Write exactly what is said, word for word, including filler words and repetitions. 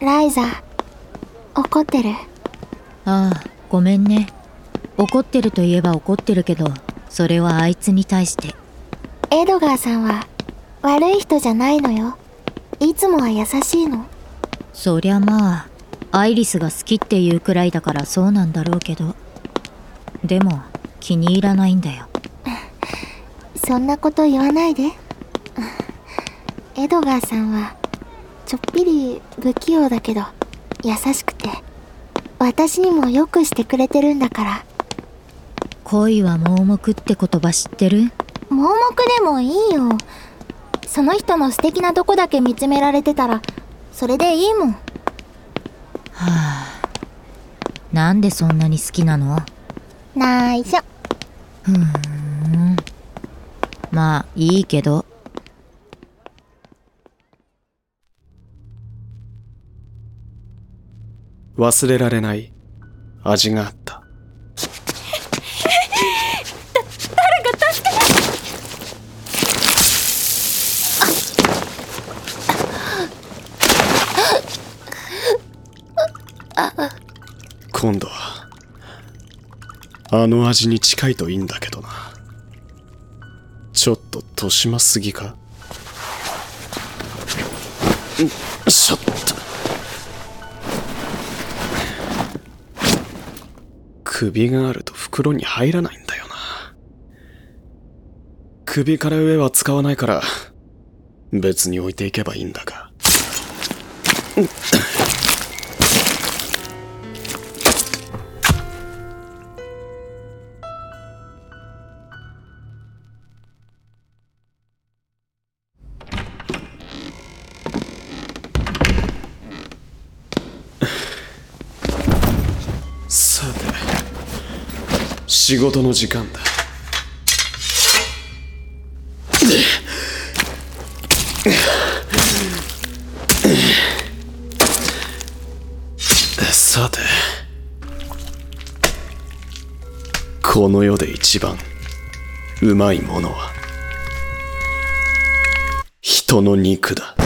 ライザ、怒ってる？ ああ、ごめんね。怒ってるといえば怒ってるけど、それはあいつに対して。 エドガーさんは悪い人じゃないのよ。いつもは優しいの。 そりゃまあ、アイリスが好きっていうくらいだからそうなんだろうけど、でも気に入らないんだよ。 そんなこと言わないで。エドガーさんはちょっぴり不器用だけど優しくて、私にもよくしてくれてるんだから。 恋は盲目って言葉知ってる？ 盲目でもいいよ。その人の素敵なとこだけ見つめられてたらそれでいいもん。はあ、なんでそんなに好きなの？ ないしょ。 ふーん、まあいいけど。 忘れられない味があった。だ誰か助けて。 今度はあの味に近いといいんだけどな。ちょっと年増すぎか？ん、ちょっと首があると袋に入らないんだよな。首から上は使わないから別に置いていけばいいんだが。さて、仕事の時間だ。さて、この世で一番うまいものは人の肉だ。